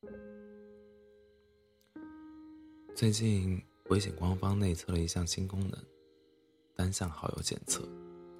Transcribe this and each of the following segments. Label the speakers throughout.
Speaker 1: 最近微信官方内测了一项新功能，单向好友检测。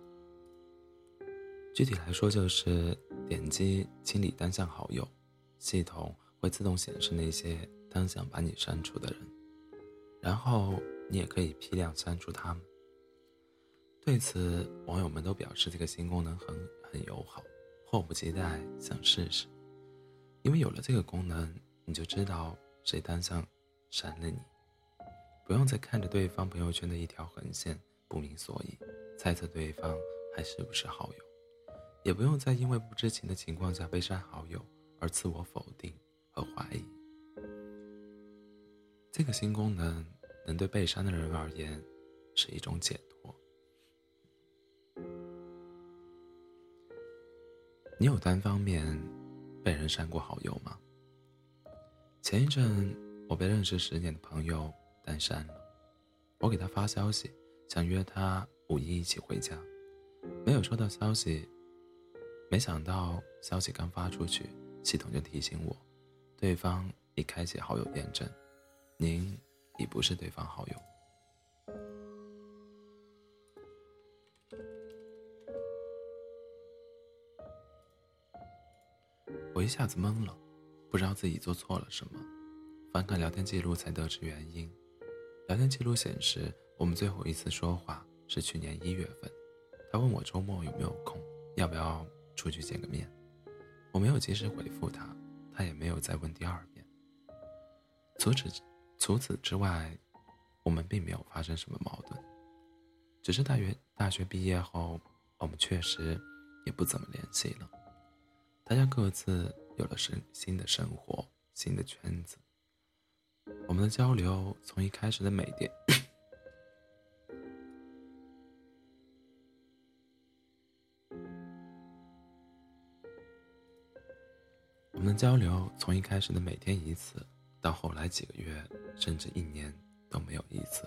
Speaker 1: 具体来说就是点击清理单向好友，系统会自动显示那些单向把你删除的人，然后你也可以批量删除他们。对此，网友们都表示这个新功能很友好，迫不及待想试试。因为有了这个功能，你就知道谁单向删了你，不用再看着对方朋友圈的一条横线不明所以，猜测对方还是不是好友，也不用再因为不知情的情况下被删好友而自我否定和怀疑。这个新功能能对被删的人而言是一种解脱。你有单方面被人删过好友吗？前一阵我被认识10年的朋友单删了，我给他发消息想约他5一一起回家，没有收到消息，没想到消息刚发出去，系统就提醒我，对方已开启好友验证，您已不是对方好友。我一下子懵了，不知道自己做错了什么，翻看聊天记录才得知原因。聊天记录显示，我们最后一次说话是去年1月份，他问我周末有没有空，要不要出去见个面。我没有及时回复他，他也没有再问第二遍。除此之外，我们并没有发生什么矛盾，只是大学毕业后，我们确实也不怎么联系了。大家各自有了新的生活，新的圈子。我们的交流从一开始的每天我们的交流从一开始的每天一次，到后来几个月甚至1年都没有一次。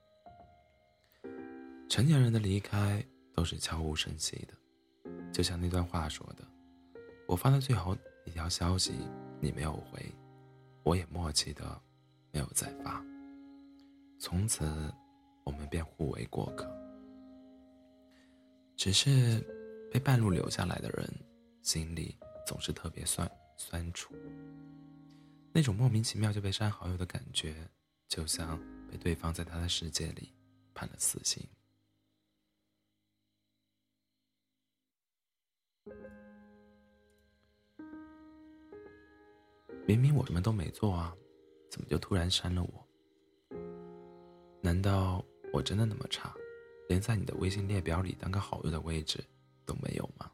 Speaker 1: 成年人的离开都是悄无声息的，就像那段话说的，我发的最后一条消息你没有回，我也默契的没有再发，从此我们便互为过客。只是被半路留下来的人心里总是特别酸楚，那种莫名其妙就被删好友的感觉，就像被对方在他的世界里判了死刑。明明我什么都没做啊，怎么就突然删了我？难道我真的那么差，连在你的微信列表里当个好友的位置都没有吗？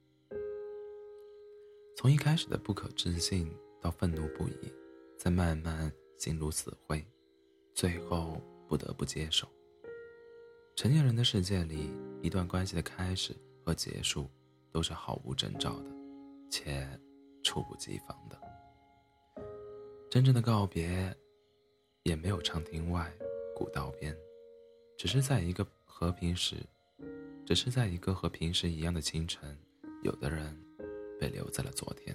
Speaker 1: 从一开始的不可置信到愤怒不已，再慢慢心如死灰，最后不得不接受。成年人的世界里，一段关系的开始和结束都是毫无征兆的，且猝不及防的。真正的告别也没有长亭外古道边，只是在一个和平时一样的清晨，有的人被留在了昨天。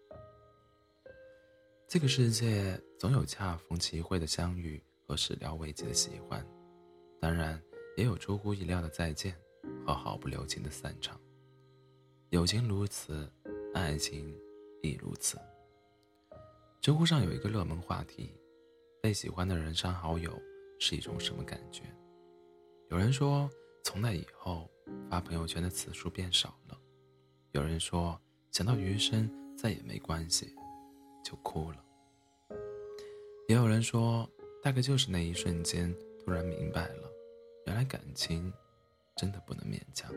Speaker 1: 这个世界总有恰逢其会的相遇和始料未及的喜欢，当然也有出乎意料的再见和毫不留情的散场。友情如此，爱情亦如此。知乎上有一个热门话题，被喜欢的人删好友是一种什么感觉？有人说，从那以后发朋友圈的次数变少了。有人说，想到余生再也没关系，就哭了。也有人说，大概就是那一瞬间突然明白了，原来感情真的不能勉强。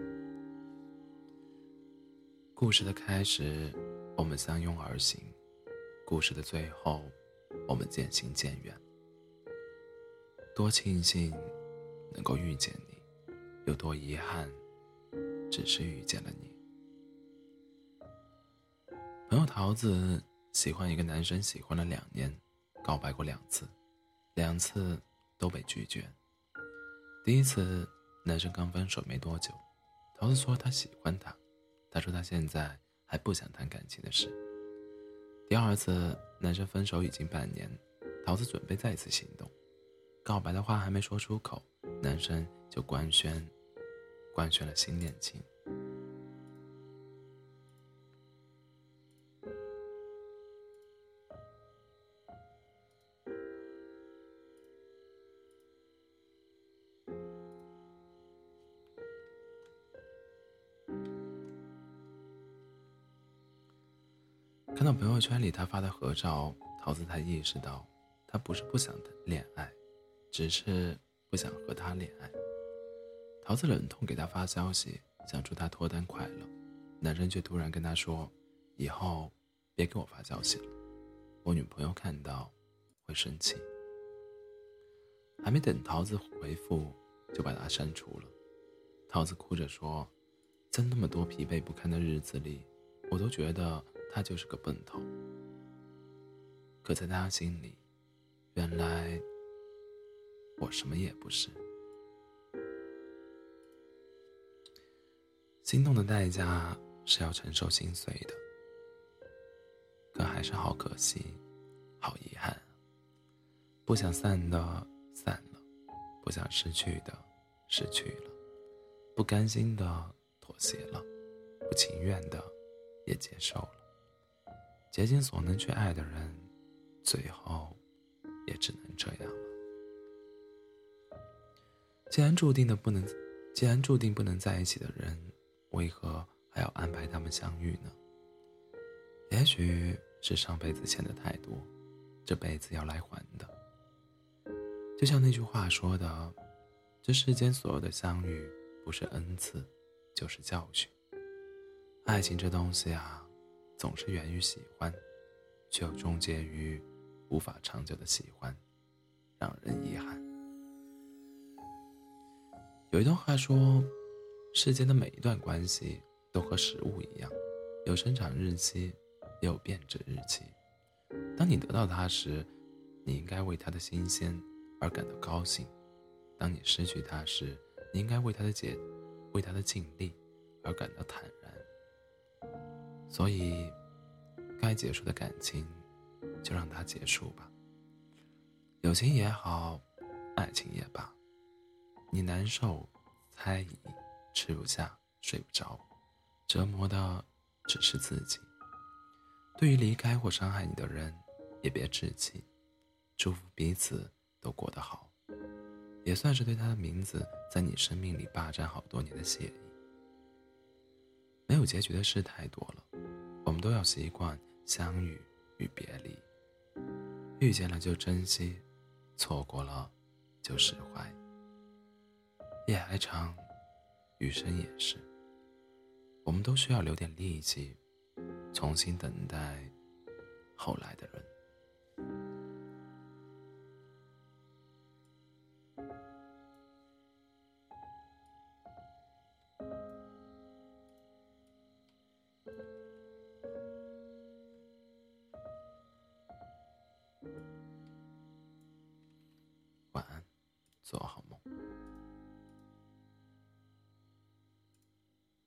Speaker 1: 故事的开始，我们相拥而行；故事的最后，我们渐行渐远。多庆幸能够遇见你，有多遗憾只是遇见了你。朋友桃子喜欢一个男生喜欢了2年，告白过2次，2次都被拒绝。第一次男生刚分手没多久，桃子说他喜欢他，他说他现在还不想谈感情的事。 第二次男生分手已经半年，桃子准备再次行动，告白的话还没说出口，男生就官宣了新恋情。看到朋友圈里他发的合照，桃子才意识到，他不是不想恋爱，只是不想和他恋爱。桃子忍痛给他发消息，想祝他脱单快乐，男生却突然跟他说，以后别给我发消息了，我女朋友看到会生气。还没等桃子回复，就把他删除了。桃子哭着说，在那么多疲惫不堪的日子里，我都觉得他就是个笨头。可在他心里，原来我什么也不是。心动的代价是要承受心碎的，可还是好可惜，好遗憾。不想散的散了，不想失去的失去了，不甘心的妥协了，不情愿的也接受了。竭尽所能去爱的人，最后也只能这样了。既然注定不能在一起的人，为何还要安排他们相遇呢？也许是上辈子欠的太多，这辈子要来还的。就像那句话说的，这世间所有的相遇，不是恩赐，就是教训。爱情这东西啊，总是源于喜欢，却又终结于无法长久的喜欢，让人遗憾。有一段话说，世间的每一段关系都和食物一样，有生产日期，也有变质日期。当你得到它时，你应该为它的新鲜而感到高兴；当你失去它时，你应该为它的尽力而感到坦然。所以，该结束的感情，就让它结束吧。友情也好，爱情也罢，你难受、猜疑、吃不下、睡不着，折磨的只是自己。对于离开或伤害你的人，也别置气，祝福彼此都过得好，也算是对他的名字在你生命里霸占好多年的谢意。没有结局的事太多了，我们都要习惯相遇与别离，遇见了就珍惜，错过了就释怀。夜还长，余生也是，我们都需要留点力气，重新等待后来的人。